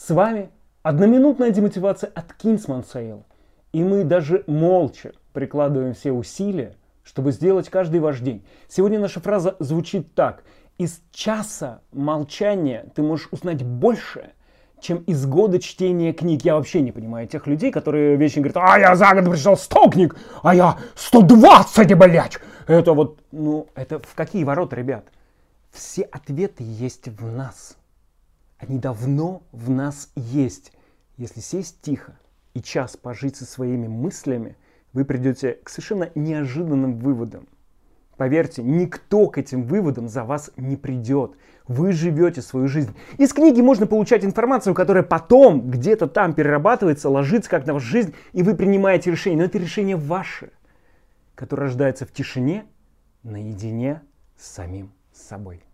С вами одноминутная демотивация от Kingsman Sale. И мы даже молча прикладываем все усилия, чтобы сделать каждый ваш день. Сегодня наша фраза звучит так. Из часа молчания ты можешь узнать больше, чем из года чтения книг. Я вообще не понимаю тех людей, которые вечно говорят: а я за год прочитал 100 книг, а я 120, блядь. Это вот, это в какие ворота, ребят? Все ответы есть в нас. Они давно в нас есть. Если сесть тихо и час пожить со своими мыслями, вы придете к совершенно неожиданным выводам. Поверьте, никто к этим выводам за вас не придет. Вы живете свою жизнь. Из книги можно получать информацию, которая потом где-то там перерабатывается, ложится как на вашу жизнь, и вы принимаете решение. Но это решение ваше, которое рождается в тишине, наедине с самим собой.